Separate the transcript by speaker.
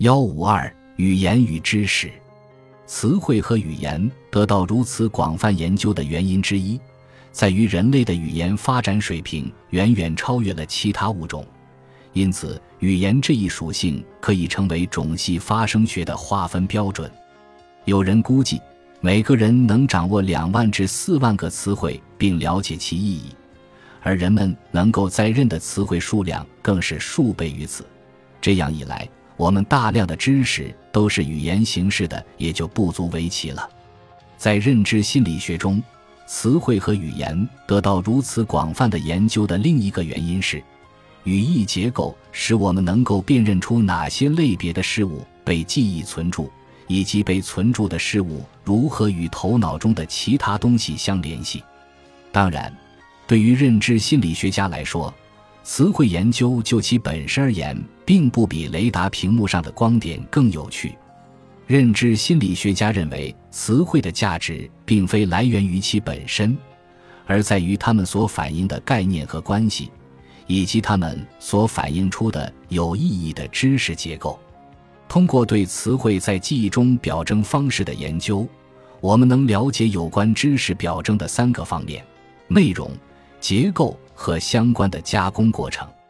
Speaker 1: 152语言与知识。词汇和语言得到如此广泛研究的原因之一，在于人类的语言发展水平远远超越了其他物种，因此语言这一属性可以成为种系发生学的划分标准。有人估计，每个人能掌握2万至4万个词汇并了解其意义，而人们能够在认的词汇数量更是数倍于此。这样一来，我们大量的知识都是语言形式的，也就不足为奇了。在认知心理学中，词汇和语言得到如此广泛的研究的另一个原因是，语义结构使我们能够辨认出哪些类别的事物被记忆存住，以及被存住的事物如何与头脑中的其他东西相联系。当然，对于认知心理学家来说，词汇研究就其本身而言，并不比雷达屏幕上的光点更有趣。认知心理学家认为，词汇的价值并非来源于其本身，而在于它们所反映的概念和关系，以及它们所反映出的有意义的知识结构。通过对词汇在记忆中表征方式的研究，我们能了解有关知识表征的3个方面：内容、结构和相关的加工过程。